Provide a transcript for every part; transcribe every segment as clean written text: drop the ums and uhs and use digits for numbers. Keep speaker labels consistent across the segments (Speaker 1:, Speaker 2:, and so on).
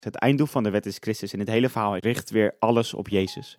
Speaker 1: Het einddoel van de wet is Christus en het hele verhaal richt weer alles op Jezus.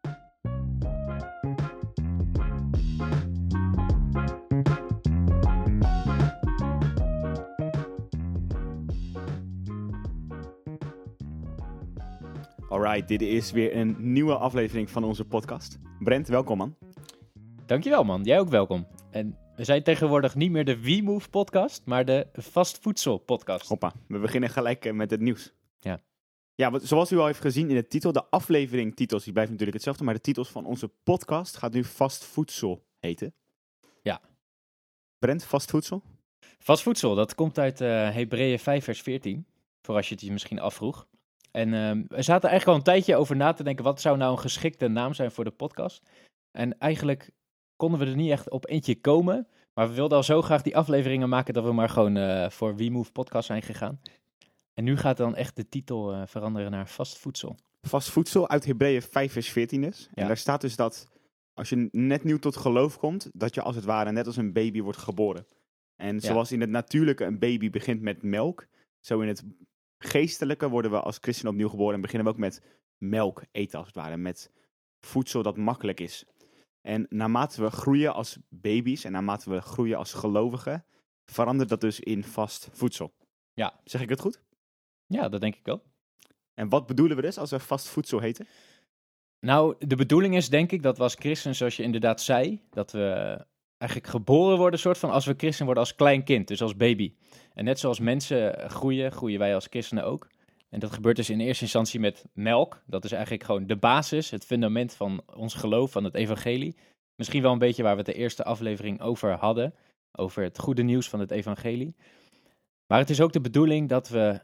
Speaker 1: Alright, dit is weer een nieuwe aflevering van onze podcast. Brent, welkom man.
Speaker 2: Dankjewel man, jij ook welkom. En we zijn tegenwoordig niet meer de WeMove podcast, maar de Vast Voedsel podcast.
Speaker 1: Hoppa, we beginnen gelijk met het nieuws.
Speaker 2: Ja.
Speaker 1: Ja, zoals u al heeft gezien in de titel, de afleveringtitels, die blijven natuurlijk hetzelfde, maar de titels van onze podcast gaat nu Vast Voedsel heten.
Speaker 2: Ja.
Speaker 1: Brent, vast voedsel?
Speaker 2: Vast Voedsel, dat komt uit Hebreeën 5 vers 14, voor als je het je misschien afvroeg. En we zaten eigenlijk al een tijdje over na te denken, wat zou nou een geschikte naam zijn voor de podcast? En eigenlijk konden we er niet echt op eentje komen, maar we wilden al zo graag die afleveringen maken dat we maar gewoon voor WeMove podcast zijn gegaan. En nu gaat dan echt de titel veranderen naar Vast Voedsel.
Speaker 1: Vast voedsel uit Hebreeën 5 vers 14 dus.
Speaker 2: Ja.
Speaker 1: En daar staat dus dat als je net nieuw tot geloof komt, dat je als het ware net als een baby wordt geboren. En zoals in het natuurlijke een baby begint met melk, zo in het geestelijke worden we als christenen opnieuw geboren en beginnen we ook met melk eten als het ware. Met voedsel dat makkelijk is. En naarmate we groeien als baby's en naarmate we groeien als gelovigen, verandert dat dus in vast voedsel.
Speaker 2: Ja.
Speaker 1: Zeg ik het goed?
Speaker 2: Ja, dat denk ik wel.
Speaker 1: En wat bedoelen we dus als we vast voedsel heten?
Speaker 2: Nou, de bedoeling is denk ik dat we als christen, zoals je inderdaad zei, dat we eigenlijk geboren worden soort van als we christen worden als klein kind, dus als baby. En net zoals mensen groeien, groeien wij als christenen ook. En dat gebeurt dus in eerste instantie met melk. Dat is eigenlijk gewoon de basis, het fundament van ons geloof, van het evangelie. Misschien wel een beetje waar we het de eerste aflevering over hadden, over het goede nieuws van het evangelie. Maar het is ook de bedoeling dat we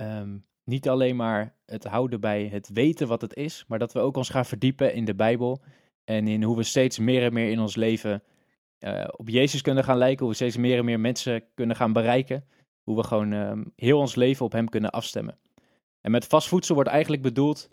Speaker 2: niet alleen maar het houden bij het weten wat het is, maar dat we ook ons gaan verdiepen in de Bijbel en in hoe we steeds meer en meer in ons leven op Jezus kunnen gaan lijken, hoe we steeds meer en meer mensen kunnen gaan bereiken, hoe we gewoon heel ons leven op hem kunnen afstemmen. En met vast voedsel wordt eigenlijk bedoeld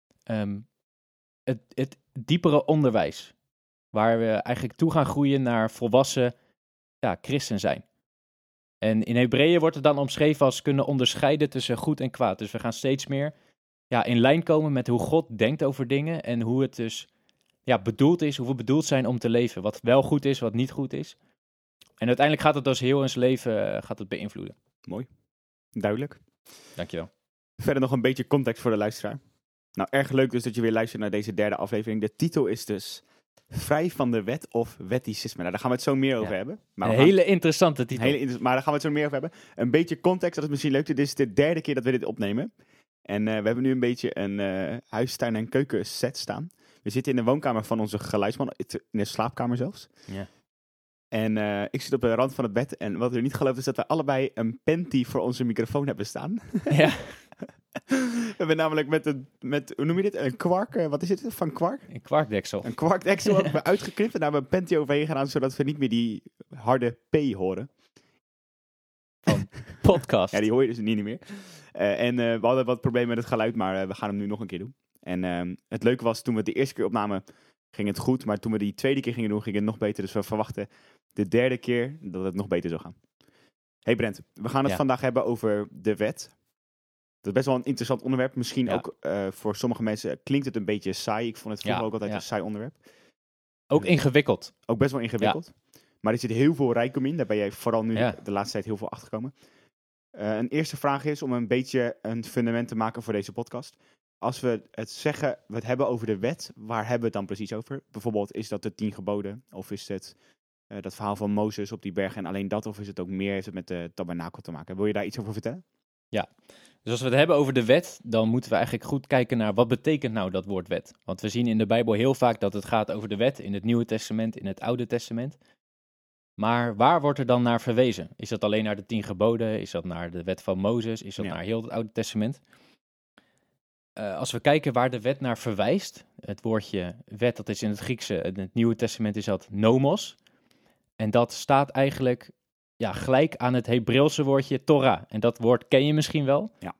Speaker 2: het diepere onderwijs, waar we eigenlijk toe gaan groeien naar volwassen christen zijn. En in Hebreeën wordt het dan omschreven als kunnen onderscheiden tussen goed en kwaad. Dus we gaan steeds meer in lijn komen met hoe God denkt over dingen en hoe het dus bedoeld is, hoe we bedoeld zijn om te leven. Wat wel goed is, wat niet goed is. En uiteindelijk gaat het dus heel ons leven beïnvloeden.
Speaker 1: Mooi. Duidelijk.
Speaker 2: Dankjewel.
Speaker 1: Verder nog een beetje context voor de luisteraar. Nou, erg leuk dus dat je weer luistert naar deze derde aflevering. De titel is dus Vrij van de wet of wetticisme. Nou, daar gaan we het zo meer over hebben. Maar
Speaker 2: een hele interessante titel.
Speaker 1: Maar daar gaan we het zo meer over hebben. Een beetje context, dat is misschien leuk. Dit is de derde keer dat we dit opnemen. En we hebben nu een beetje een huistuin- en keukenset staan. We zitten in de woonkamer van onze geluidsman, in de slaapkamer zelfs.
Speaker 2: Ja.
Speaker 1: En ik zit op de rand van het bed. En wat u niet gelooft is dat we allebei een panty voor onze microfoon hebben staan.
Speaker 2: Ja.
Speaker 1: We hebben namelijk met hoe noem je dit? Een kwark, wat is dit? Van kwark?
Speaker 2: Een kwarkdeksel.
Speaker 1: Een kwarkdeksel hebben we uitgeknipt en daar hebben we een panty overheen gedaan, zodat we niet meer die harde P horen.
Speaker 2: Van podcast.
Speaker 1: Ja, die hoor je dus niet meer. We hadden wat problemen met het geluid, maar we gaan hem nu nog een keer doen. En het leuke was, toen we het de eerste keer opnamen, ging het goed. Maar toen we die tweede keer gingen doen, ging het nog beter. Dus we verwachten de derde keer dat het nog beter zou gaan. Hey Brent, we gaan het vandaag hebben over de wet. Dat is best wel een interessant onderwerp. Misschien ook voor sommige mensen klinkt het een beetje saai. Ik vond het vroeger ook altijd een saai onderwerp.
Speaker 2: Ook ingewikkeld.
Speaker 1: Ook best wel ingewikkeld. Ja. Maar er zit heel veel rijkdom in. Daar ben jij vooral nu de laatste tijd heel veel achtergekomen. Een eerste vraag is om een beetje een fundament te maken voor deze podcast. Als we het zeggen, we het hebben over de wet, waar hebben we het dan precies over? Bijvoorbeeld, is dat de 10 geboden? Of is het dat verhaal van Mozes op die berg en alleen dat? Of is het ook meer, heeft het met de tabernakel te maken? Wil je daar iets over vertellen?
Speaker 2: Ja, dus als we het hebben over de wet, dan moeten we eigenlijk goed kijken naar wat betekent nou dat woord wet. Want we zien in de Bijbel heel vaak dat het gaat over de wet in het Nieuwe Testament, in het Oude Testament. Maar waar wordt er dan naar verwezen? Is dat alleen naar de 10 geboden? Is dat naar de wet van Mozes? Is dat naar heel het Oude Testament? Als we kijken waar de wet naar verwijst, het woordje wet, dat is in het Griekse, in het Nieuwe Testament is dat nomos. En dat staat eigenlijk gelijk aan het Hebreeuwse woordje Torah. En dat woord ken je misschien wel.
Speaker 1: Ja.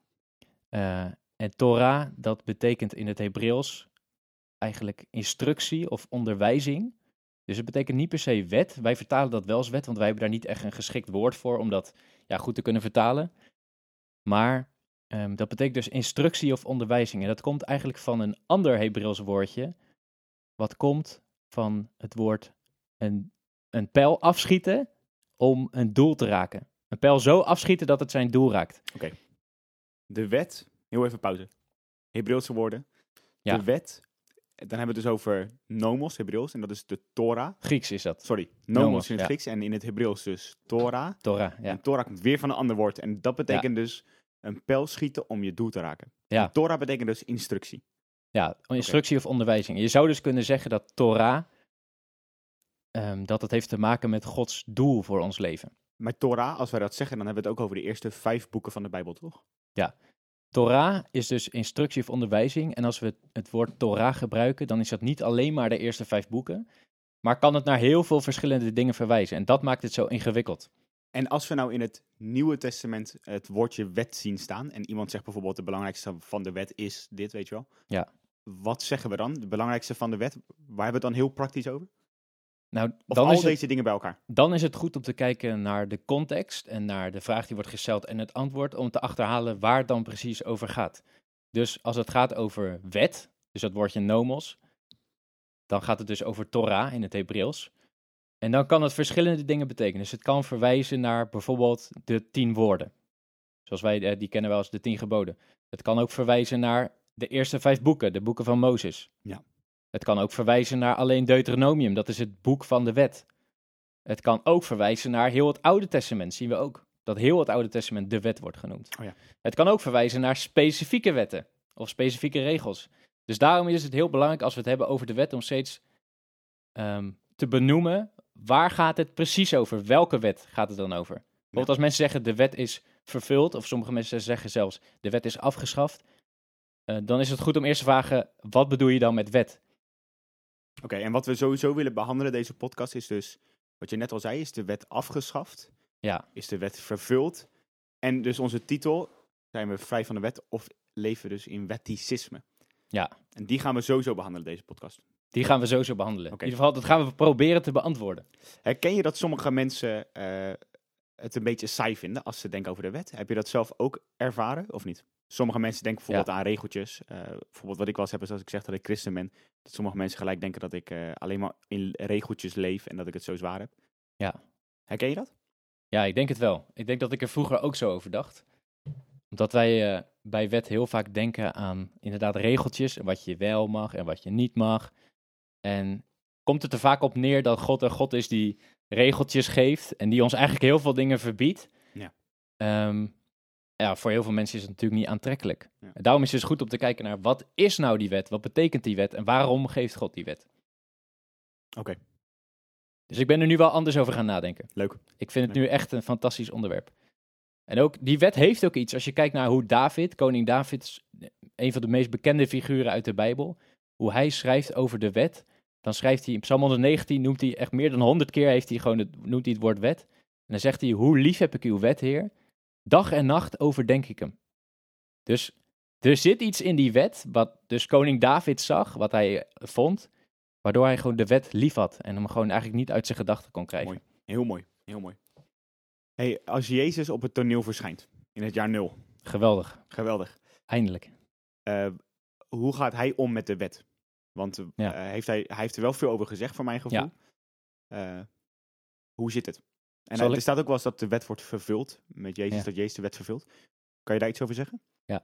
Speaker 2: En Torah, dat betekent in het Hebreeuws eigenlijk instructie of onderwijzing. Dus het betekent niet per se wet. Wij vertalen dat wel als wet, want wij hebben daar niet echt een geschikt woord voor om dat goed te kunnen vertalen. Maar Dat betekent dus instructie of onderwijzing. En dat komt eigenlijk van een ander Hebreeuws woordje. Wat komt van het woord een pijl afschieten om een doel te raken. Een pijl zo afschieten dat het zijn doel raakt.
Speaker 1: Oké. De wet, heel even pauze. Hebreeuwse woorden.
Speaker 2: Ja.
Speaker 1: De wet, dan hebben we het dus over nomos, Hebreeuws, en dat is de Torah.
Speaker 2: Grieks is dat.
Speaker 1: Sorry, nomos
Speaker 2: Nomos,
Speaker 1: in het
Speaker 2: ja.
Speaker 1: Grieks en in het Hebreeuws dus Torah.
Speaker 2: Torah, ja.
Speaker 1: En Torah komt weer van een ander woord en dat betekent dus een pijl schieten om je doel te raken.
Speaker 2: Ja.
Speaker 1: En Torah betekent dus instructie.
Speaker 2: Ja, instructie of onderwijzing. Je zou dus kunnen zeggen dat Torah, dat het heeft te maken met Gods doel voor ons leven.
Speaker 1: Maar Torah, als wij dat zeggen, dan hebben we het ook over de eerste 5 boeken van de Bijbel, toch?
Speaker 2: Torah is dus instructie of onderwijzing. En als we het woord Torah gebruiken, dan is dat niet alleen maar de eerste 5 boeken, maar kan het naar heel veel verschillende dingen verwijzen. En dat maakt het zo ingewikkeld.
Speaker 1: En als we nou in het Nieuwe Testament het woordje wet zien staan, en iemand zegt bijvoorbeeld de belangrijkste van de wet is dit, weet je wel?
Speaker 2: Ja.
Speaker 1: Wat zeggen we dan? De belangrijkste van de wet, waar hebben we het dan heel praktisch over?
Speaker 2: Nou,
Speaker 1: Of
Speaker 2: dan
Speaker 1: al
Speaker 2: is
Speaker 1: deze dingen bij elkaar?
Speaker 2: Dan is het goed om te kijken naar de context en naar de vraag die wordt gesteld en het antwoord om te achterhalen waar het dan precies over gaat. Dus als het gaat over wet, dus dat woordje nomos, dan gaat het dus over Torah in het Hebreeuws. En dan kan het verschillende dingen betekenen. Dus het kan verwijzen naar bijvoorbeeld de 10 woorden. Zoals wij die kennen wel als de 10 geboden. Het kan ook verwijzen naar de eerste 5 boeken, de boeken van Mozes.
Speaker 1: Ja.
Speaker 2: Het kan ook verwijzen naar alleen Deuteronomium, dat is het boek van de wet. Het kan ook verwijzen naar heel het Oude Testament, zien we ook. Dat heel het Oude Testament de wet wordt genoemd.
Speaker 1: Oh ja.
Speaker 2: Het kan ook verwijzen naar specifieke wetten of specifieke regels. Dus daarom is het heel belangrijk als we het hebben over de wet om steeds te benoemen, waar gaat het precies over? Welke wet gaat het dan over? Bijvoorbeeld als mensen zeggen de wet is vervuld, of sommige mensen zeggen zelfs de wet is afgeschaft, dan is het goed om eerst te vragen, wat bedoel je dan met wet?
Speaker 1: Oké, en wat we sowieso willen behandelen deze podcast is dus, wat je net al zei, is de wet afgeschaft?
Speaker 2: Ja.
Speaker 1: Is de wet vervuld? En dus onze titel, zijn we vrij van de wet of leven we dus in wetticisme?
Speaker 2: Ja.
Speaker 1: En die gaan we sowieso behandelen deze podcast.
Speaker 2: Die gaan we sowieso behandelen.
Speaker 1: Oké.
Speaker 2: In ieder geval, dat gaan we proberen te beantwoorden.
Speaker 1: Herken je dat sommige mensen het een beetje saai vinden als ze denken over de wet? Heb je dat zelf ook ervaren of niet? Sommige mensen denken bijvoorbeeld aan regeltjes. Bijvoorbeeld wat ik wel eens heb is als ik zeg dat ik christen ben. Dat sommige mensen gelijk denken dat ik alleen maar in regeltjes leef en dat ik het zo zwaar heb.
Speaker 2: Ja.
Speaker 1: Herken je dat?
Speaker 2: Ja, ik denk het wel. Ik denk dat ik er vroeger ook zo over dacht. Omdat wij bij wet heel vaak denken aan inderdaad regeltjes. En wat je wel mag en wat je niet mag. En komt het er vaak op neer dat God een God is die regeltjes geeft. En die ons eigenlijk heel veel dingen verbiedt. Ja. Voor heel veel mensen is het natuurlijk niet aantrekkelijk.
Speaker 1: Ja.
Speaker 2: En daarom is het dus goed om te kijken naar wat is nou die wet? Wat betekent die wet? En waarom geeft God die wet?
Speaker 1: Oké.
Speaker 2: Dus ik ben er nu wel anders over gaan nadenken.
Speaker 1: Leuk.
Speaker 2: Ik vind het nu echt een fantastisch onderwerp. En ook, die wet heeft ook iets. Als je kijkt naar hoe David, koning David, is een van de meest bekende figuren uit de Bijbel. Hoe hij schrijft over de wet. Dan schrijft hij in Psalm 119, noemt hij echt meer dan 100 keer, noemt hij het woord wet. En dan zegt hij, hoe lief heb ik uw wet, Heer. Dag en nacht overdenk ik hem. Dus er zit iets in die wet, wat dus koning David zag, wat hij vond, waardoor hij gewoon de wet lief had en hem gewoon eigenlijk niet uit zijn gedachten kon krijgen.
Speaker 1: Mooi. Heel mooi. Heel mooi. Hey, als Jezus op het toneel verschijnt, in het jaar 0.
Speaker 2: Geweldig.
Speaker 1: Geweldig.
Speaker 2: Eindelijk.
Speaker 1: Hoe gaat hij om met de wet? Want hij heeft er wel veel over gezegd, voor mijn gevoel.
Speaker 2: Ja.
Speaker 1: Hoe zit het? En er staat ook wel eens dat de wet wordt vervuld met Jezus, dat Jezus de wet vervult. Kan je daar iets over zeggen?
Speaker 2: Ja.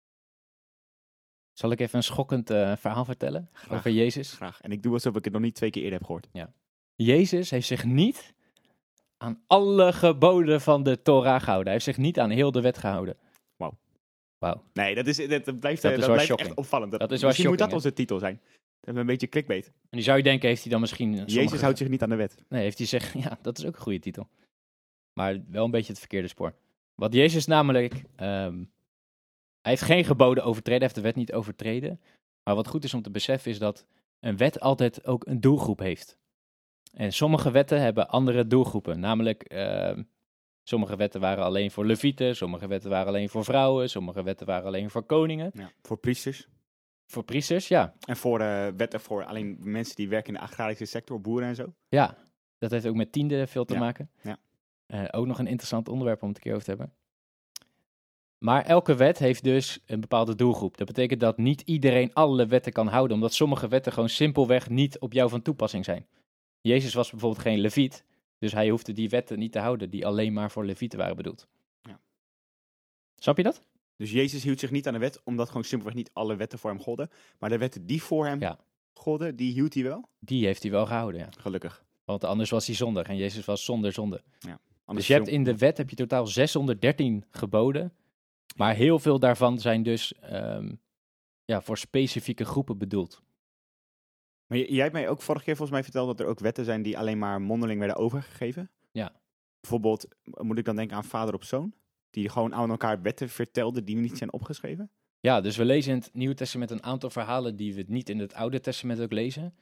Speaker 2: Zal ik even een schokkend verhaal vertellen over Jezus?
Speaker 1: Graag. En ik doe alsof ik het nog niet 2 keer eerder heb gehoord.
Speaker 2: Ja. Jezus heeft zich niet aan alle geboden van de Torah gehouden. Hij heeft zich niet aan heel de wet gehouden. Wauw.
Speaker 1: Nee, dat blijft echt opvallend.
Speaker 2: Dat is wel
Speaker 1: misschien moet dat
Speaker 2: hè?
Speaker 1: onze titel zijn. Dat hebben we een beetje clickbait.
Speaker 2: En die zou je denken, heeft hij dan misschien...
Speaker 1: Jezus houdt zich niet aan de wet.
Speaker 2: Nee, heeft hij zich... Ja, dat is ook een goede titel. Maar wel een beetje het verkeerde spoor. Wat Jezus namelijk... hij heeft geen geboden overtreden, hij heeft de wet niet overtreden. Maar wat goed is om te beseffen is dat een wet altijd ook een doelgroep heeft. En sommige wetten hebben andere doelgroepen. Namelijk, sommige wetten waren alleen voor levieten, sommige wetten waren alleen voor vrouwen, sommige wetten waren alleen voor koningen.
Speaker 1: Ja, voor priesters.
Speaker 2: Voor priesters, ja.
Speaker 1: En voor wetten voor alleen mensen die werken in de agrarische sector, boeren en zo.
Speaker 2: Ja, dat heeft ook met tiende veel te maken.
Speaker 1: Ja.
Speaker 2: Ook nog een interessant onderwerp om het een keer over te hebben. Maar elke wet heeft dus een bepaalde doelgroep. Dat betekent dat niet iedereen alle wetten kan houden, omdat sommige wetten gewoon simpelweg niet op jou van toepassing zijn. Jezus was bijvoorbeeld geen leviet, dus hij hoefde die wetten niet te houden die alleen maar voor levieten waren bedoeld.
Speaker 1: Ja.
Speaker 2: Snap je dat?
Speaker 1: Dus Jezus hield zich niet aan de wet, omdat gewoon simpelweg niet alle wetten voor hem golden. Maar de wetten die voor hem golden, die hield hij wel?
Speaker 2: Die heeft hij wel gehouden, ja.
Speaker 1: Gelukkig.
Speaker 2: Want anders was hij zondig en Jezus was zonder zonde.
Speaker 1: Ja,
Speaker 2: dus je hebt in de wet heb je totaal 613 geboden. Maar heel veel daarvan zijn dus voor specifieke groepen bedoeld.
Speaker 1: Maar jij hebt mij ook vorige keer volgens mij verteld dat er ook wetten zijn die alleen maar mondeling werden overgegeven.
Speaker 2: Ja.
Speaker 1: Bijvoorbeeld, moet ik dan denken aan vader op zoon? Die gewoon aan elkaar wetten vertelden die niet zijn opgeschreven?
Speaker 2: Ja, dus we lezen in het Nieuwe Testament een aantal verhalen die we niet in het Oude Testament ook lezen.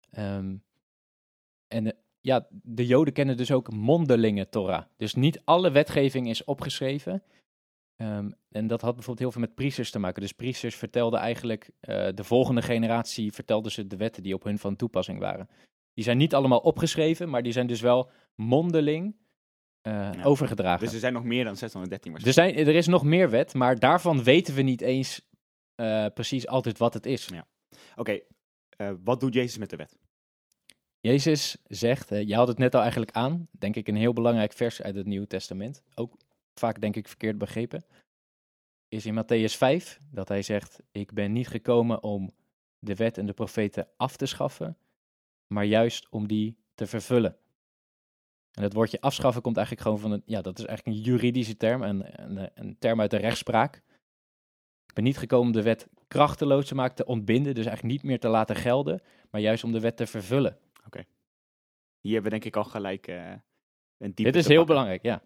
Speaker 2: De Joden kennen dus ook mondelinge Torah. Dus niet alle wetgeving is opgeschreven. En dat had bijvoorbeeld heel veel met priesters te maken. Dus priesters vertelden eigenlijk, de volgende generatie vertelden ze de wetten die op hun van toepassing waren. Die zijn niet allemaal opgeschreven, maar die zijn dus wel mondeling overgedragen.
Speaker 1: Dus er zijn nog meer dan 613 waarschijnlijk.
Speaker 2: Er is nog meer wet, maar daarvan weten we niet eens precies altijd wat het is.
Speaker 1: Ja. Oké, wat doet Jezus met de wet?
Speaker 2: Jezus zegt, je had het net al eigenlijk aan, denk ik een heel belangrijk vers uit het Nieuwe Testament, ook vaak denk ik verkeerd begrepen, is in Matthäus 5, dat hij zegt, ik ben niet gekomen om de wet en de profeten af te schaffen, maar juist om die te vervullen. En het woordje afschaffen komt eigenlijk gewoon van, dat is eigenlijk een juridische term, een term uit de rechtspraak. Ik ben niet gekomen om de wet krachteloos te maken, te ontbinden, dus eigenlijk niet meer te laten gelden, maar juist om de wet te vervullen.
Speaker 1: Oké. Hier hebben we denk ik al gelijk een diepe
Speaker 2: Dit is heel belangrijk, ja.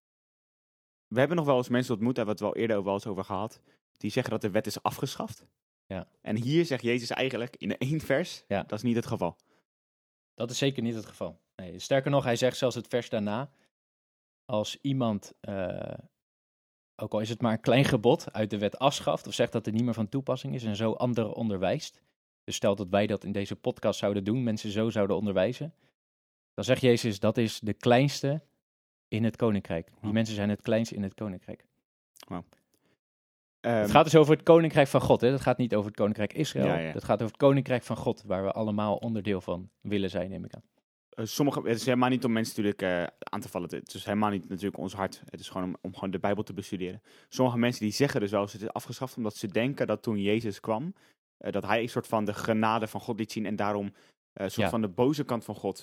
Speaker 1: We hebben nog wel eens mensen ontmoet, daar hebben we het wel eerder wel eens over gehad, die zeggen dat de wet is afgeschaft.
Speaker 2: Ja.
Speaker 1: En hier zegt Jezus eigenlijk in 1 vers, dat is niet het geval.
Speaker 2: Dat is zeker niet het geval. Nee, sterker nog, hij zegt zelfs het vers daarna, als iemand, ook al is het maar een klein gebod, uit de wet afschaft, of zegt dat het niet meer van toepassing is en zo anderen onderwijst, dus stel dat wij dat in deze podcast zouden doen, mensen zo zouden onderwijzen, dan zegt Jezus, dat is de kleinste in het koninkrijk. Die mensen zijn het kleinste in het koninkrijk.
Speaker 1: Wow.
Speaker 2: Het gaat dus over het koninkrijk van God. Hè? Dat gaat niet over het koninkrijk Israël.
Speaker 1: Ja.
Speaker 2: Dat gaat over het koninkrijk van God, waar we allemaal onderdeel van willen zijn, neem ik aan.
Speaker 1: Het is helemaal niet om mensen natuurlijk aan te vallen. Het is helemaal niet natuurlijk ons hart. Het is gewoon om gewoon de Bijbel te bestuderen. Sommige mensen die zeggen dus wel eens het is afgeschaft, omdat ze denken dat toen Jezus kwam, dat hij een soort van de genade van God liet zien en daarom een soort van de boze kant van God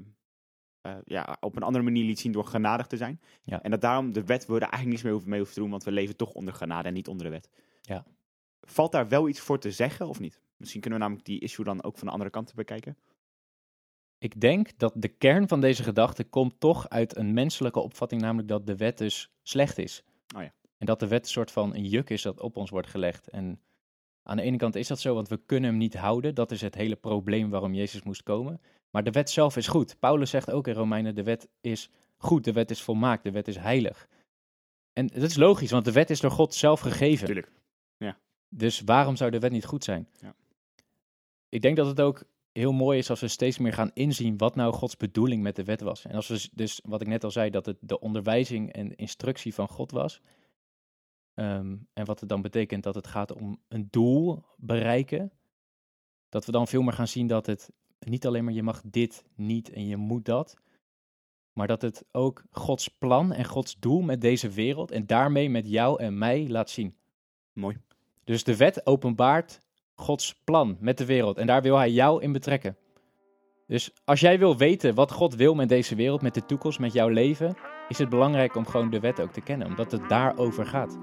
Speaker 1: op een andere manier liet zien door genadig te zijn. Ja. En dat daarom de wet we er eigenlijk niets mee hoeven te doen, want we leven toch onder genade en niet onder de wet.
Speaker 2: Ja.
Speaker 1: Valt daar wel iets voor te zeggen of niet? Misschien kunnen we namelijk die issue dan ook van de andere kant bekijken.
Speaker 2: Ik denk dat de kern van deze gedachte komt toch uit een menselijke opvatting, namelijk dat de wet dus slecht is.
Speaker 1: Oh ja.
Speaker 2: En dat de wet een soort van een juk is dat op ons wordt gelegd. En aan de ene kant is dat zo, want we kunnen hem niet houden. Dat is het hele probleem waarom Jezus moest komen. Maar de wet zelf is goed. Paulus zegt ook in Romeinen, de wet is goed, de wet is volmaakt, de wet is heilig. En dat is logisch, want de wet is door God zelf gegeven.
Speaker 1: Tuurlijk. Ja.
Speaker 2: Dus waarom zou de wet niet goed zijn?
Speaker 1: Ja.
Speaker 2: Ik denk dat het ook heel mooi is als we steeds meer gaan inzien wat nou Gods bedoeling met de wet was. En als we dus, wat ik net al zei, dat het de onderwijzing en instructie van God was. En wat het dan betekent dat het gaat om een doel bereiken. Dat we dan veel meer gaan zien dat het niet alleen maar je mag dit niet en je moet dat. Maar dat het ook Gods plan en Gods doel met deze wereld en daarmee met jou en mij laat zien.
Speaker 1: Mooi.
Speaker 2: Dus de wet openbaart Gods plan met de wereld en daar wil hij jou in betrekken. Dus als jij wil weten wat God wil met deze wereld, met de toekomst, met jouw leven, is het belangrijk om gewoon de wet ook te kennen, omdat het daarover gaat.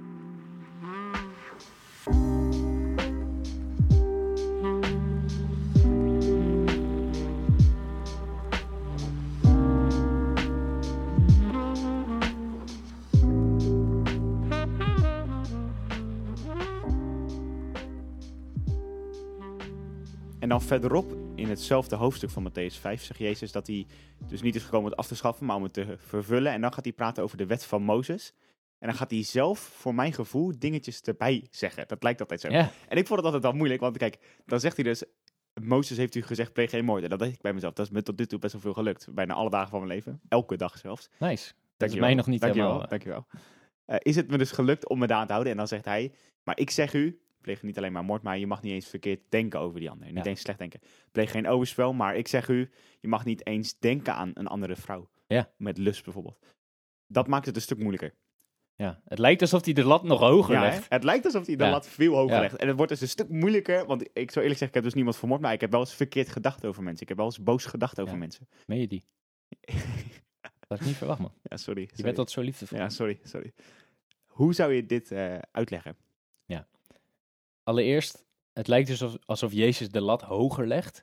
Speaker 1: En dan verderop, in hetzelfde hoofdstuk van Matthäus 5, zegt Jezus dat hij dus niet is gekomen om het af te schaffen, maar om het te vervullen. En dan gaat hij praten over de wet van Mozes. En dan gaat hij zelf, voor mijn gevoel, dingetjes erbij zeggen. Dat lijkt altijd zo.
Speaker 2: Ja.
Speaker 1: En ik vond het altijd wel moeilijk, want kijk, dan zegt hij dus, Mozes heeft u gezegd, pleeg geen moord. En dat dacht ik bij mezelf, dat is me tot nu toe best wel veel gelukt. Bijna alle dagen van mijn leven. Elke dag zelfs.
Speaker 2: Nice. Dat is mij nog niet helemaal.
Speaker 1: Dankjewel. is het me dus gelukt om me daar aan te houden. En dan zegt hij, maar ik zeg u, pleeg niet alleen maar moord, maar je mag niet eens verkeerd denken over die ander. Niet eens slecht denken. Pleeg geen overspel, maar ik zeg u, je mag niet eens denken aan een andere vrouw.
Speaker 2: Ja.
Speaker 1: Met lust bijvoorbeeld. Dat maakt het een stuk moeilijker.
Speaker 2: Ja, het lijkt alsof hij de lat nog hoger legt.
Speaker 1: Het lijkt alsof hij de lat veel hoger legt. En het wordt dus een stuk moeilijker, want ik zou eerlijk zeggen, ik heb dus niemand vermoord, maar ik heb wel eens verkeerd gedacht over mensen. Ik heb wel eens boos gedacht over mensen.
Speaker 2: Meen je die? Dat had ik niet verwacht, man.
Speaker 1: Ja, sorry.
Speaker 2: Je bent altijd zo liefdevol.
Speaker 1: Ja, sorry. Hoe zou je dit uitleggen?
Speaker 2: Ja. Allereerst, het lijkt dus alsof Jezus de lat hoger legt.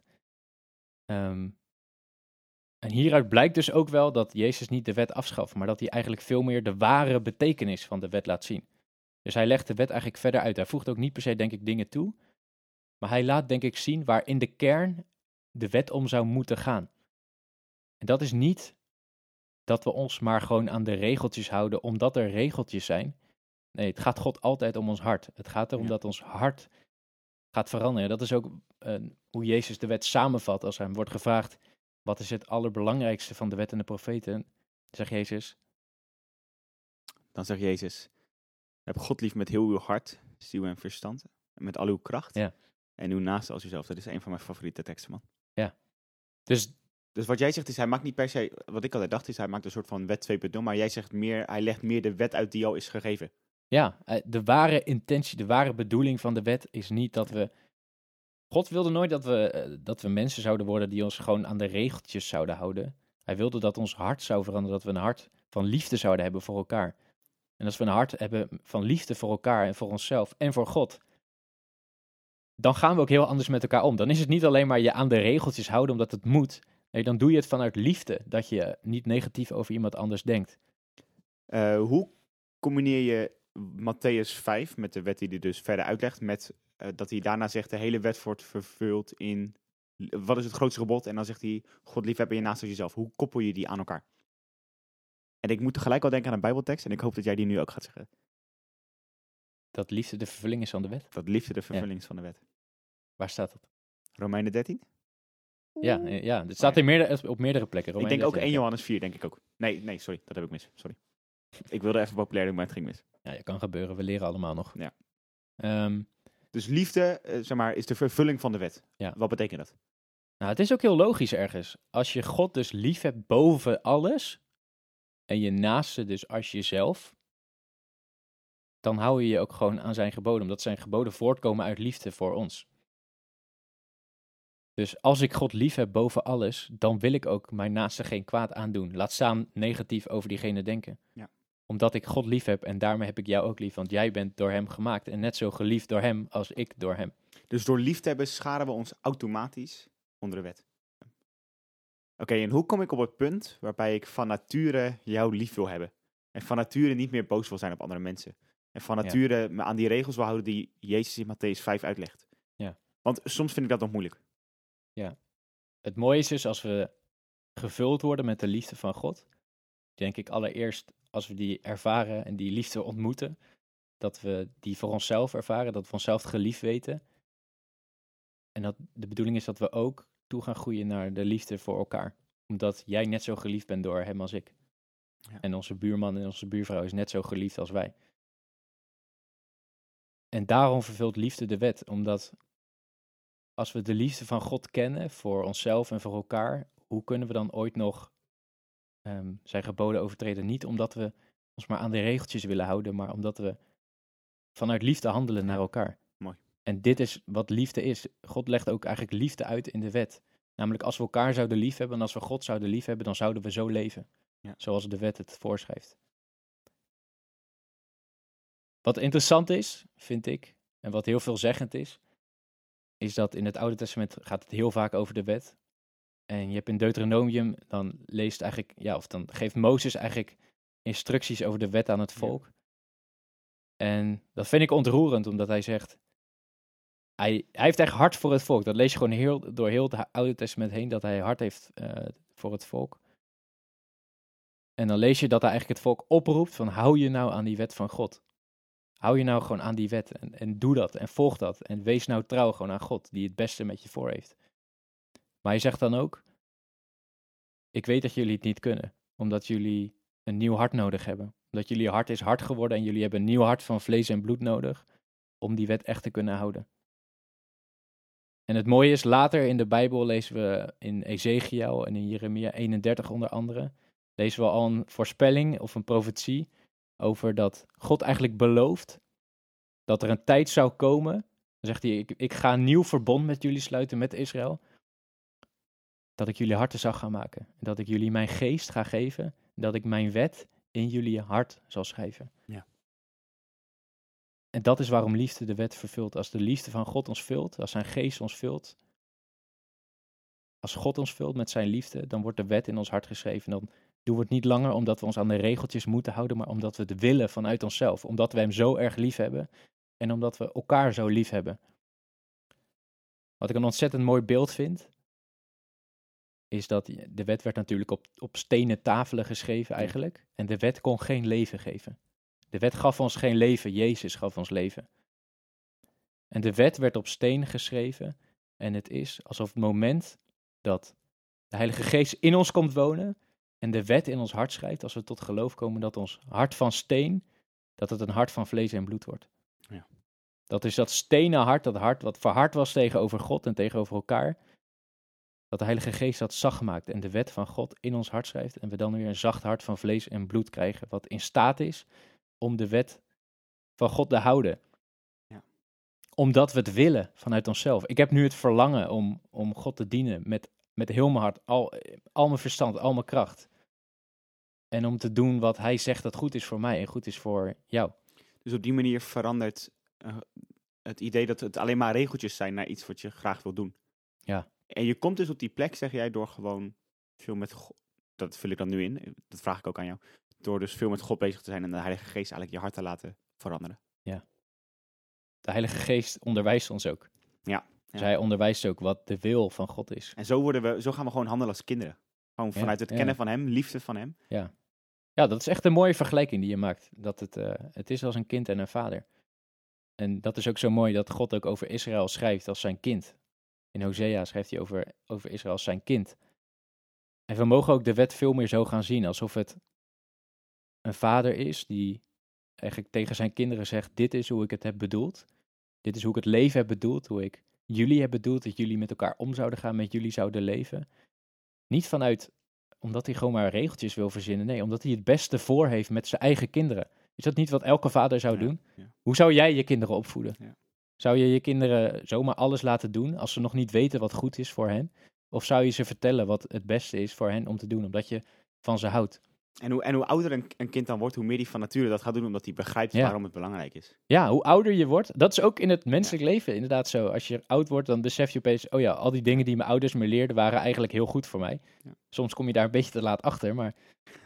Speaker 2: En hieruit blijkt dus ook wel dat Jezus niet de wet afschaft, maar dat hij eigenlijk veel meer de ware betekenis van de wet laat zien. Dus hij legt de wet eigenlijk verder uit. Hij voegt ook niet per se, denk ik, dingen toe, maar hij laat, denk ik, zien waar in de kern de wet om zou moeten gaan. En dat is niet dat we ons maar gewoon aan de regeltjes houden, omdat er regeltjes zijn. Nee, het gaat God altijd om ons hart. Het gaat erom dat ons hart gaat veranderen. Dat is ook hoe Jezus de wet samenvat als hem wordt gevraagd: wat is het allerbelangrijkste van de wet en de profeten?
Speaker 1: Dan zegt Jezus, heb God lief met heel uw hart, ziel en verstand. Met al uw kracht.
Speaker 2: Ja.
Speaker 1: En uw naaste als uzelf. Dat is een van mijn favoriete teksten, man.
Speaker 2: Ja. Dus
Speaker 1: wat jij zegt is, hij maakt niet per se, wat ik altijd dacht is, hij maakt een soort van wet 2.0. Maar jij zegt meer, hij legt meer de wet uit die al is gegeven.
Speaker 2: Ja, de ware intentie, de ware bedoeling van de wet is niet dat we... God wilde nooit dat we mensen zouden worden die ons gewoon aan de regeltjes zouden houden. Hij wilde dat ons hart zou veranderen, dat we een hart van liefde zouden hebben voor elkaar. En als we een hart hebben van liefde voor elkaar en voor onszelf en voor God, dan gaan we ook heel anders met elkaar om. Dan is het niet alleen maar je aan de regeltjes houden omdat het moet. Nee, dan doe je het vanuit liefde, dat je niet negatief over iemand anders denkt.
Speaker 1: Hoe combineer je Matthäus 5 met de wet die hij dus verder uitlegt, met dat hij daarna zegt de hele wet wordt vervuld in, wat is het grootste gebod? En dan zegt hij, God liefhebben je naast als jezelf. Hoe koppel je die aan elkaar? En ik moet tegelijk al denken aan een Bijbeltekst en ik hoop dat jij die nu ook gaat zeggen.
Speaker 2: Dat liefde de vervulling is van de wet?
Speaker 1: Dat liefde de vervulling is van de wet.
Speaker 2: Waar staat dat?
Speaker 1: Romeinen 13?
Speaker 2: Ja, het staat op meerdere plekken.
Speaker 1: Romeinen ik denk 13, ook 1 Johannes 4, denk ik ook. Nee, sorry, dat heb ik mis. Sorry. Ik wilde even populair doen, maar het ging mis.
Speaker 2: Ja, dat kan gebeuren. We leren allemaal nog.
Speaker 1: Ja. Dus liefde, is de vervulling van de wet.
Speaker 2: Ja.
Speaker 1: Wat betekent dat?
Speaker 2: Nou, het is ook heel logisch ergens. Als je God dus lief hebt boven alles, en je naaste dus als jezelf, dan hou je je ook gewoon aan zijn geboden, omdat zijn geboden voortkomen uit liefde voor ons. Dus als ik God lief heb boven alles, dan wil ik ook mijn naaste geen kwaad aandoen. Laat staan negatief over diegene denken.
Speaker 1: Ja.
Speaker 2: Omdat ik God lief heb en daarmee heb ik jou ook lief, want jij bent door hem gemaakt en net zo geliefd door hem als ik door hem.
Speaker 1: Dus door lief te hebben scharen we ons automatisch onder de wet. Oké, en hoe kom ik op het punt waarbij ik van nature jou lief wil hebben? En van nature niet meer boos wil zijn op andere mensen? En van nature me aan die regels wil houden die Jezus in Matthäus 5 uitlegt?
Speaker 2: Ja.
Speaker 1: Want soms vind ik dat nog moeilijk.
Speaker 2: Ja. Het mooie is dus als we gevuld worden met de liefde van God, denk ik allereerst als we die ervaren en die liefde ontmoeten, dat we die voor onszelf ervaren, dat we onszelf geliefd weten. En dat de bedoeling is dat we ook toe gaan groeien naar de liefde voor elkaar. Omdat jij net zo geliefd bent door hem als ik. Ja. En onze buurman en onze buurvrouw is net zo geliefd als wij. En daarom vervult liefde de wet. Omdat als we de liefde van God kennen voor onszelf en voor elkaar, hoe kunnen we dan ooit nog zijn geboden overtreden? Niet omdat we ons maar aan de regeltjes willen houden, maar omdat we vanuit liefde handelen naar elkaar.
Speaker 1: Mooi.
Speaker 2: En dit is wat liefde is. God legt ook eigenlijk liefde uit in de wet. Namelijk als we elkaar zouden liefhebben en als we God zouden liefhebben, dan zouden we zo leven. Ja. Zoals de wet het voorschrijft. Wat interessant is, vind ik, en wat heel veelzeggend is dat in het Oude Testament gaat het heel vaak over de wet. En je hebt in Deuteronomium, dan leest eigenlijk, dan geeft Mozes eigenlijk instructies over de wet aan het volk. Ja. En dat vind ik ontroerend, omdat hij zegt, hij heeft echt hart voor het volk. Dat lees je gewoon door heel het Oude Testament heen, dat hij hart heeft voor het volk. En dan lees je dat hij eigenlijk het volk oproept van, hou je nou aan die wet van God. Hou je nou gewoon aan die wet en doe dat en volg dat. En wees nou trouw gewoon aan God, die het beste met je voor heeft. Maar hij zegt dan ook, ik weet dat jullie het niet kunnen, omdat jullie een nieuw hart nodig hebben. Omdat jullie hart is hard geworden en jullie hebben een nieuw hart van vlees en bloed nodig om die wet echt te kunnen houden. En het mooie is, later in de Bijbel lezen we in Ezekiel en in Jeremia 31 onder andere, lezen we al een voorspelling of een profetie over dat God eigenlijk belooft dat er een tijd zou komen. Dan zegt hij, ik ga een nieuw verbond met jullie sluiten, met Israël. Dat ik jullie harten zal gaan maken. En dat ik jullie mijn geest ga geven. En dat ik mijn wet in jullie hart zal schrijven.
Speaker 1: Ja.
Speaker 2: En dat is waarom liefde de wet vervult. Als de liefde van God ons vult, als zijn geest ons vult, als God ons vult met zijn liefde, dan wordt de wet in ons hart geschreven. Dan doen we het niet langer omdat we ons aan de regeltjes moeten houden, maar omdat we het willen vanuit onszelf. Omdat we hem zo erg lief hebben en omdat we elkaar zo lief hebben. Wat ik een ontzettend mooi beeld vind, is dat de wet werd natuurlijk op stenen tafelen geschreven eigenlijk. En de wet kon geen leven geven. De wet gaf ons geen leven, Jezus gaf ons leven. En de wet werd op steen geschreven. En het is alsof het moment dat de Heilige Geest in ons komt wonen en de wet in ons hart schrijft, als we tot geloof komen, dat ons hart van steen, dat het een hart van vlees en bloed wordt.
Speaker 1: Ja.
Speaker 2: Dat is dat stenen hart, dat hart wat verhard was tegenover God en tegenover elkaar, dat de Heilige Geest dat zacht maakt en de wet van God in ons hart schrijft en we dan weer een zacht hart van vlees en bloed krijgen, wat in staat is om de wet van God te houden.
Speaker 1: Ja.
Speaker 2: Omdat we het willen vanuit onszelf. Ik heb nu het verlangen om God te dienen met heel mijn hart, al mijn verstand, al mijn kracht. En om te doen wat hij zegt dat goed is voor mij en goed is voor jou.
Speaker 1: Dus op die manier verandert het idee dat het alleen maar regeltjes zijn naar iets wat je graag wil doen.
Speaker 2: Ja.
Speaker 1: En je komt dus op die plek, zeg jij, door gewoon veel met God, dat vul ik dan nu in, dat vraag ik ook aan jou, door dus veel met God bezig te zijn en de Heilige Geest eigenlijk je hart te laten veranderen.
Speaker 2: Ja. De Heilige Geest onderwijst ons ook.
Speaker 1: Ja.
Speaker 2: Dus hij onderwijst ook wat de wil van God is.
Speaker 1: En zo gaan we gewoon handelen als kinderen. Gewoon vanuit het kennen van hem, liefde van hem.
Speaker 2: Ja. Ja, dat is echt een mooie vergelijking die je maakt. Dat het is als een kind en een vader. En dat is ook zo mooi dat God ook over Israël schrijft als zijn kind. In Hosea schrijft hij over Israël als zijn kind. En we mogen ook de wet veel meer zo gaan zien, alsof het een vader is die eigenlijk tegen zijn kinderen zegt, dit is hoe ik het heb bedoeld. Dit is hoe ik het leven heb bedoeld, hoe ik jullie heb bedoeld, dat jullie met elkaar om zouden gaan, met jullie zouden leven. Niet vanuit, omdat hij gewoon maar regeltjes wil verzinnen, nee, omdat hij het beste voor heeft met zijn eigen kinderen. Is dat niet wat elke vader zou doen?
Speaker 1: Ja.
Speaker 2: Hoe zou jij je kinderen opvoeden?
Speaker 1: Ja. Zou
Speaker 2: je kinderen zomaar alles laten doen als ze nog niet weten wat goed is voor hen? Of zou je ze vertellen wat het beste is voor hen om te doen, omdat je van ze houdt?
Speaker 1: En hoe ouder een kind dan wordt, hoe meer hij van nature dat gaat doen, omdat hij begrijpt waarom het belangrijk is.
Speaker 2: Ja, hoe ouder je wordt, dat is ook in het menselijk leven inderdaad zo. Als je oud wordt, dan besef je opeens, oh ja, al die dingen die mijn ouders me leerden waren eigenlijk heel goed voor mij. Ja. Soms kom je daar een beetje te laat achter, maar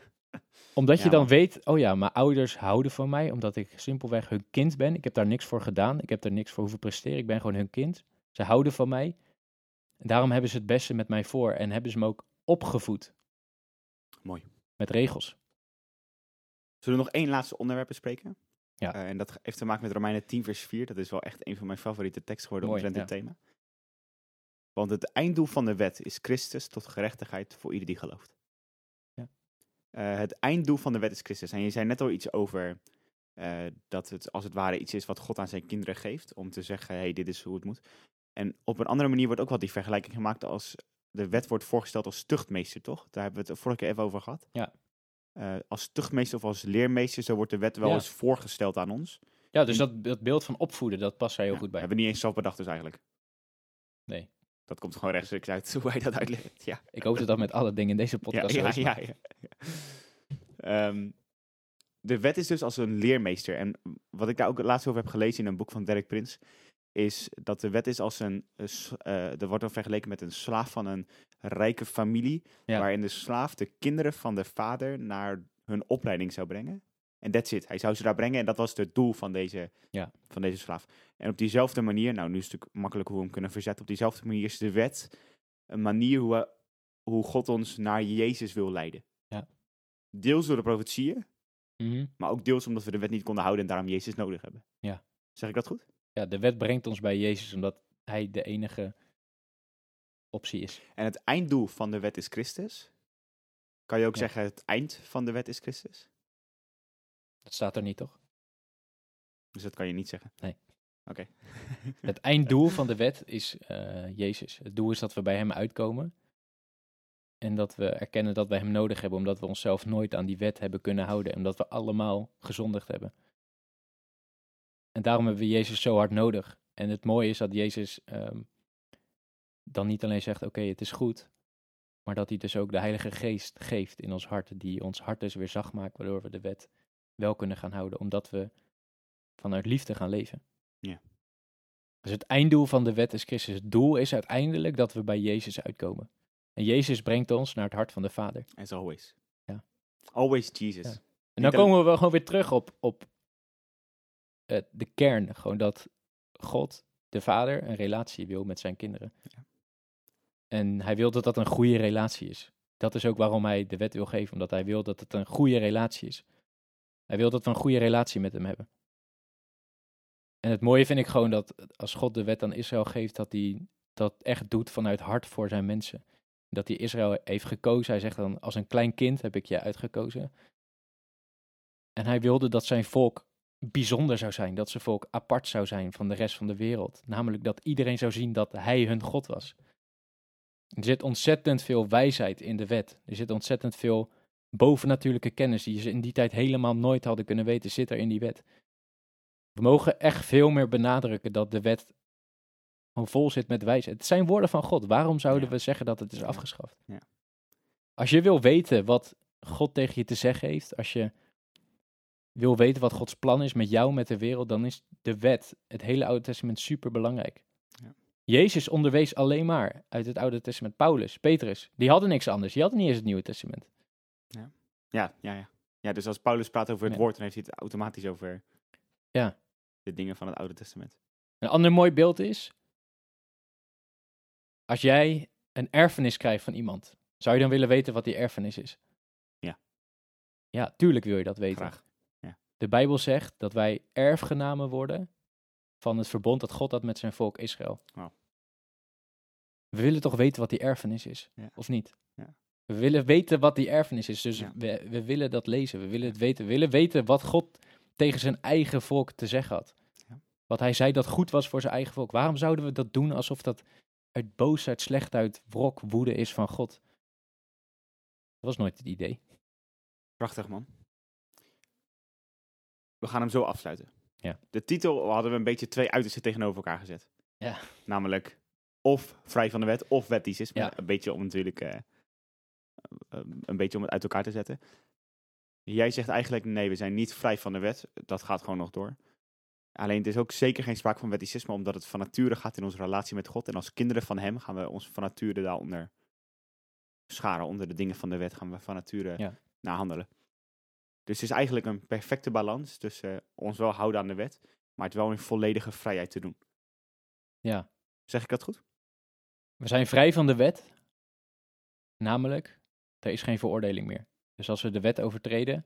Speaker 2: omdat je dan weet, oh ja, mijn ouders houden van mij, omdat ik simpelweg hun kind ben. Ik heb daar niks voor gedaan, ik heb daar niks voor hoeven presteren, ik ben gewoon hun kind. Ze houden van mij. En daarom hebben ze het beste met mij voor en hebben ze me ook opgevoed.
Speaker 1: Mooi.
Speaker 2: Met regels.
Speaker 1: Zullen we nog één laatste onderwerp bespreken?
Speaker 2: Ja.
Speaker 1: En dat heeft te maken met Romeinen 10 vers 4. Dat is wel echt een van mijn favoriete teksten geworden omtrent dit thema. Want het einddoel van de wet is Christus tot gerechtigheid voor ieder die gelooft.
Speaker 2: Ja.
Speaker 1: Het einddoel van de wet is Christus. En je zei net al iets over dat het als het ware iets is wat God aan zijn kinderen geeft. Om te zeggen, hey, dit is hoe het moet. En op een andere manier wordt ook wel die vergelijking gemaakt als de wet wordt voorgesteld als tuchtmeester, toch? Daar hebben we het vorige keer even over gehad.
Speaker 2: Ja.
Speaker 1: Als tuchtmeester of als leermeester, zo wordt de wet wel eens voorgesteld aan ons.
Speaker 2: Ja, dus dat beeld van opvoeden, dat past er heel goed bij.
Speaker 1: Hebben we niet eens zelf bedacht dus eigenlijk.
Speaker 2: Nee.
Speaker 1: Dat komt gewoon rechtstreeks uit hoe hij dat uitlegt. Ja.
Speaker 2: Ik hoop dat dat met alle dingen in deze podcast zo is.
Speaker 1: Ja. De wet is dus als een leermeester. En wat ik daar ook laatst over heb gelezen in een boek van Derek Prins, is dat de wet is als er wordt dan vergeleken met een slaaf van een rijke familie, waarin de slaaf de kinderen van de vader naar hun opleiding zou brengen. En that's it. Hij zou ze daar brengen en dat was het doel van deze slaaf. En op diezelfde manier, nou nu is het natuurlijk makkelijk hoe we hem kunnen verzetten, op diezelfde manier is de wet een manier hoe God ons naar Jezus wil leiden.
Speaker 2: Ja.
Speaker 1: Deels door de profetieën, maar ook deels omdat we de wet niet konden houden en daarom Jezus nodig hebben.
Speaker 2: Ja.
Speaker 1: Zeg ik dat goed?
Speaker 2: Ja, de wet brengt ons bij Jezus omdat hij de enige optie is.
Speaker 1: En het einddoel van de wet is Christus. Kan je ook zeggen het eind van de wet is Christus?
Speaker 2: Dat staat er niet, toch?
Speaker 1: Dus dat kan je niet zeggen?
Speaker 2: Nee.
Speaker 1: Oké.
Speaker 2: Het einddoel van de wet is Jezus. Het doel is dat we bij hem uitkomen. En dat we erkennen dat we hem nodig hebben, omdat we onszelf nooit aan die wet hebben kunnen houden. Omdat we allemaal gezondigd hebben. En daarom hebben we Jezus zo hard nodig. En het mooie is dat Jezus dan niet alleen zegt, oké, het is goed. Maar dat hij dus ook de Heilige Geest geeft in ons hart. Die ons hart dus weer zacht maakt, waardoor we de wet wel kunnen gaan houden. Omdat we vanuit liefde gaan leven.
Speaker 1: Ja.
Speaker 2: Dus het einddoel van de wet is Christus. Het doel is uiteindelijk dat we bij Jezus uitkomen. En Jezus brengt ons naar het hart van de Vader.
Speaker 1: As always.
Speaker 2: Ja.
Speaker 1: Always Jesus.
Speaker 2: Ja. En dan komen we wel gewoon weer terug op de kern. Gewoon dat God, de Vader, een relatie wil met zijn kinderen.
Speaker 1: Ja.
Speaker 2: En hij wil dat dat een goede relatie is. Dat is ook waarom hij de wet wil geven. Omdat hij wil dat het een goede relatie is. Hij wil dat we een goede relatie met hem hebben. En het mooie vind ik gewoon dat als God de wet aan Israël geeft, dat hij dat echt doet vanuit hart voor zijn mensen. Dat hij Israël heeft gekozen. Hij zegt dan, als een klein kind heb ik je uitgekozen. En hij wilde dat zijn volk bijzonder zou zijn. Dat zijn volk apart zou zijn van de rest van de wereld. Namelijk dat iedereen zou zien dat hij hun God was. Er zit ontzettend veel wijsheid in de wet. Er zit ontzettend veel bovennatuurlijke kennis die ze in die tijd helemaal nooit hadden kunnen weten, zit er in die wet. We mogen echt veel meer benadrukken dat de wet gewoon vol zit met wijsheid. Het zijn woorden van God. Waarom zouden we zeggen dat het is afgeschaft?
Speaker 1: Ja.
Speaker 2: Als je wil weten wat God tegen je te zeggen heeft, als je wil weten wat Gods plan is met jou, met de wereld, dan is de wet, het hele Oude Testament, super belangrijk. Ja. Jezus onderwees alleen maar uit het Oude Testament. Paulus, Petrus, die hadden niks anders. Die hadden niet eens het Nieuwe Testament.
Speaker 1: Ja, dus als Paulus praat over het woord, dan heeft hij het automatisch over de dingen van het Oude Testament.
Speaker 2: Een ander mooi beeld is, als jij een erfenis krijgt van iemand, zou je dan willen weten wat die erfenis is?
Speaker 1: Ja.
Speaker 2: Ja, tuurlijk wil je dat weten.
Speaker 1: Graag. Ja.
Speaker 2: De Bijbel zegt dat wij erfgenamen worden van het verbond dat God had met zijn volk Israël.
Speaker 1: Wow.
Speaker 2: We willen toch weten wat die erfenis is, of niet?
Speaker 1: Ja.
Speaker 2: We willen weten wat die erfenis is, dus we willen dat lezen, we willen het weten. We willen weten wat God tegen zijn eigen volk te zeggen had. Ja. Wat hij zei dat goed was voor zijn eigen volk. Waarom zouden we dat doen alsof dat uit boosheid, slechtheid, wrok, woede is van God? Dat was nooit het idee.
Speaker 1: Prachtig, man. We gaan hem zo afsluiten.
Speaker 2: Ja.
Speaker 1: De titel hadden we een beetje twee uitersten tegenover elkaar gezet.
Speaker 2: Ja.
Speaker 1: Namelijk of vrij van de wet of wetticisme.
Speaker 2: Ja.
Speaker 1: Een beetje om natuurlijk een beetje om het uit elkaar te zetten. Jij zegt eigenlijk nee, we zijn niet vrij van de wet. Dat gaat gewoon nog door. Alleen het is ook zeker geen sprake van wetticisme, omdat het van nature gaat in onze relatie met God. En als kinderen van hem gaan we ons van nature daaronder scharen. Onder de dingen van de wet gaan we van nature naar handelen. Dus het is eigenlijk een perfecte balans tussen ons wel houden aan de wet, maar het wel in volledige vrijheid te doen.
Speaker 2: Ja.
Speaker 1: Zeg ik dat goed?
Speaker 2: We zijn vrij van de wet. Namelijk, er is geen veroordeling meer. Dus als we de wet overtreden,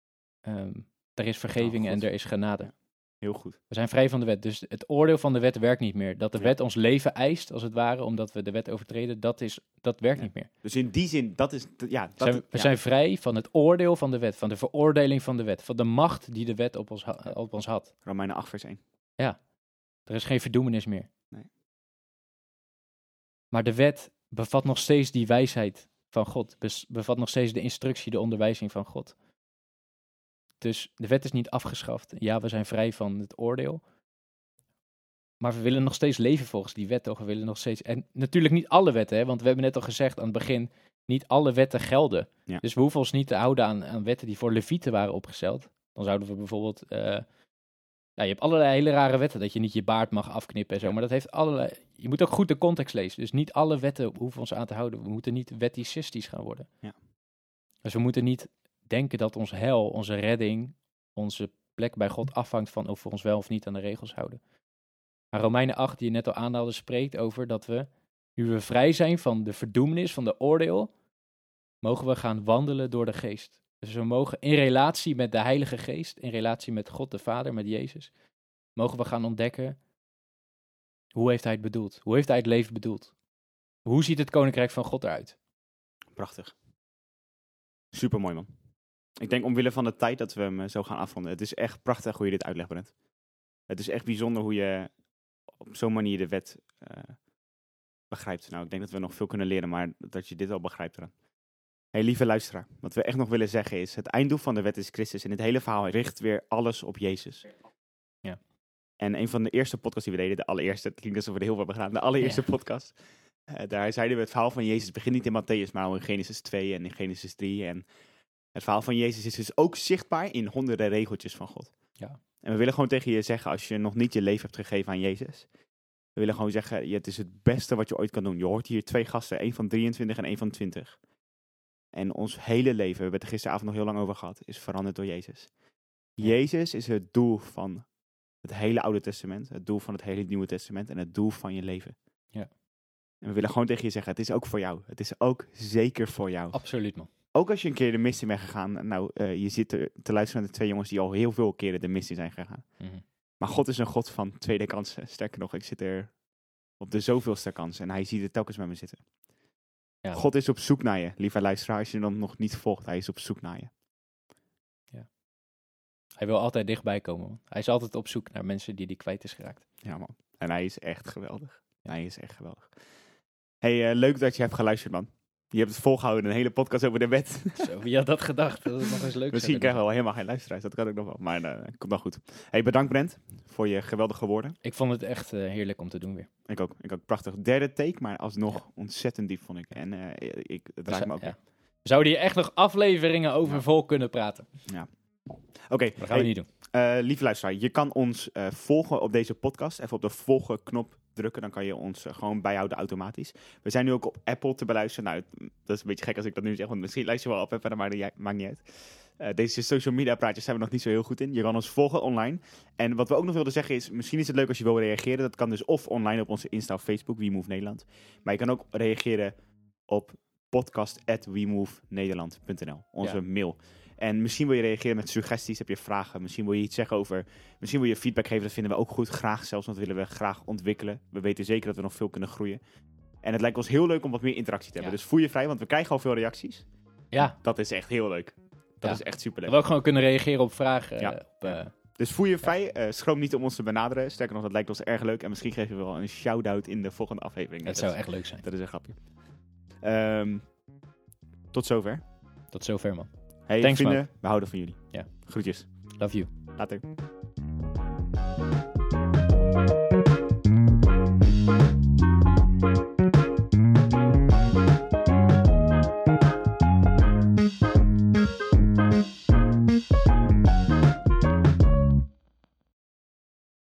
Speaker 2: er is vergeving en er is genade.
Speaker 1: Ja. Heel goed.
Speaker 2: We zijn vrij van de wet. Dus het oordeel van de wet werkt niet meer. Dat de wet ons leven eist, als het ware, omdat we de wet overtreden, dat werkt niet meer.
Speaker 1: Dus in die zin, dat is...
Speaker 2: We zijn vrij van het oordeel van de wet, van de veroordeling van de wet, van de macht die de wet op ons had.
Speaker 1: Romeinen 8 vers 1.
Speaker 2: Ja, er is geen verdoemenis meer.
Speaker 1: Nee.
Speaker 2: Maar de wet bevat nog steeds die wijsheid van God, bevat nog steeds de instructie, de onderwijzing van God. Dus de wet is niet afgeschaft. Ja, we zijn vrij van het oordeel. Maar we willen nog steeds leven volgens die wet, toch? We willen nog steeds... En natuurlijk niet alle wetten, hè? Want we hebben net al gezegd aan het begin, niet alle wetten gelden. Ja. Dus we hoeven ons niet te houden aan wetten die voor levieten waren opgesteld. Dan zouden we bijvoorbeeld... je hebt allerlei hele rare wetten, dat je niet je baard mag afknippen en zo. Maar dat heeft allerlei... Je moet ook goed de context lezen. Dus niet alle wetten hoeven ons aan te houden. We moeten niet wetticistisch gaan worden. Ja. Dus we moeten niet denken dat ons heil, onze redding, onze plek bij God afhangt van of we ons wel of niet aan de regels houden. Maar Romeinen 8, die je net al aanhaalde, spreekt over dat we, nu we vrij zijn van de verdoemenis, van de oordeel, mogen we gaan wandelen door de geest. Dus we mogen in relatie met de Heilige Geest, in relatie met God de Vader, met Jezus, mogen we gaan ontdekken, hoe heeft hij het bedoeld? Hoe heeft hij het leven bedoeld? Hoe ziet het Koninkrijk van God eruit?
Speaker 1: Prachtig. Supermooi, man. Ik denk omwille van de tijd dat we hem zo gaan afronden. Het is echt prachtig hoe je dit uitlegt, Brent. Het is echt bijzonder hoe je op zo'n manier de wet begrijpt. Nou, ik denk dat we nog veel kunnen leren, maar dat je dit al begrijpt eraan. Hey, lieve luisteraar, wat we echt nog willen zeggen is, het einddoel van de wet is Christus. En dit hele verhaal richt weer alles op Jezus.
Speaker 2: Ja.
Speaker 1: En een van de eerste podcasts die we deden, de allereerste, het klinkt alsof we er heel veel hebben gedaan, de allereerste podcast, daar zeiden we het verhaal van Jezus begint niet in Matthäus, maar al in Genesis 2 en in Genesis 3. En het verhaal van Jezus is dus ook zichtbaar in honderden regeltjes van God.
Speaker 2: Ja.
Speaker 1: En we willen gewoon tegen je zeggen, als je nog niet je leven hebt gegeven aan Jezus, we willen gewoon zeggen, het is het beste wat je ooit kan doen. Je hoort hier 2 gasten, één van 23 en één van 20. En ons hele leven, we hebben het er gisteravond nog heel lang over gehad, is veranderd door Jezus. Jezus is het doel van het hele Oude Testament, het doel van het hele Nieuwe Testament en het doel van je leven.
Speaker 2: Ja.
Speaker 1: En we willen gewoon tegen je zeggen, het is ook voor jou. Het is ook zeker voor jou.
Speaker 2: Absoluut, man.
Speaker 1: Ook als je een keer de mist in bent gegaan. Nou, je zit te luisteren naar de 2 jongens die al heel veel keren de mist in zijn gegaan.
Speaker 2: Mm-hmm.
Speaker 1: Maar God is een God van tweede kansen. Sterker nog, ik zit er op de zoveelste kans. En hij ziet het telkens met me zitten.
Speaker 2: Ja.
Speaker 1: God is op zoek naar je, lieve luisteraar. Als je hem nog niet volgt, hij is op zoek naar je.
Speaker 2: Ja. Hij wil altijd dichtbij komen, man. Hij is altijd op zoek naar mensen die kwijt is geraakt.
Speaker 1: Ja, man. En hij is echt geweldig. Ja. Hij is echt geweldig. Hey, leuk dat je hebt geluisterd, man. Je hebt het volgehouden, een hele podcast over de wet.
Speaker 2: Zo, wie had dat gedacht? Dat is nog eens leuk.
Speaker 1: Misschien krijgen we wel helemaal geen luisteraars, dat kan ook nog wel. Maar komt wel goed. Hey, bedankt Brent voor je geweldige woorden.
Speaker 2: Ik vond het echt heerlijk om te doen weer.
Speaker 1: Ik ook prachtig. 3e take, maar alsnog ontzettend diep vond ik. En het raakt me ook.
Speaker 2: Ja. We zouden hier echt nog afleveringen over vol kunnen praten.
Speaker 1: Ja. Oké.
Speaker 2: Dat gaan we niet doen.
Speaker 1: Lieve luisteraar, je kan ons volgen op deze podcast. Even op de volgen knop drukken, dan kan je ons gewoon bijhouden automatisch. We zijn nu ook op Apple te beluisteren. Nou, dat is een beetje gek als ik dat nu zeg, want misschien luister je wel op Apple, maar maakt niet uit. Deze social media praatjes zijn we nog niet zo heel goed in. Je kan ons volgen online. En wat we ook nog wilden zeggen is, misschien is het leuk als je wil reageren. Dat kan dus of online op onze Insta of Facebook, WeMove Nederland. Maar je kan ook reageren op podcast@wemovenederland.nl, onze mail. En misschien wil je reageren met suggesties, heb je vragen, misschien wil je iets zeggen over, misschien wil je feedback geven, dat vinden we ook goed, graag zelfs, want dat willen we graag ontwikkelen. We weten zeker dat we nog veel kunnen groeien. En het lijkt ons heel leuk om wat meer interactie te hebben, dus voel je vrij, want we krijgen al veel reacties.
Speaker 2: Ja.
Speaker 1: Dat is echt heel leuk. Dat is echt superleuk.
Speaker 2: We ook gewoon kunnen reageren op vragen.
Speaker 1: Dus voel je vrij, schroom niet om ons te benaderen. Sterker nog, dat lijkt ons erg leuk en misschien geven we wel een shout-out in de volgende aflevering.
Speaker 2: Dat zou echt leuk zijn.
Speaker 1: Dat is een grapje. Tot zover.
Speaker 2: Tot zover, man.
Speaker 1: Hey,
Speaker 2: Thanks,
Speaker 1: vrienden,
Speaker 2: man.
Speaker 1: we houden van jullie.
Speaker 2: Ja.
Speaker 1: Groetjes.
Speaker 2: Love you.
Speaker 1: Later.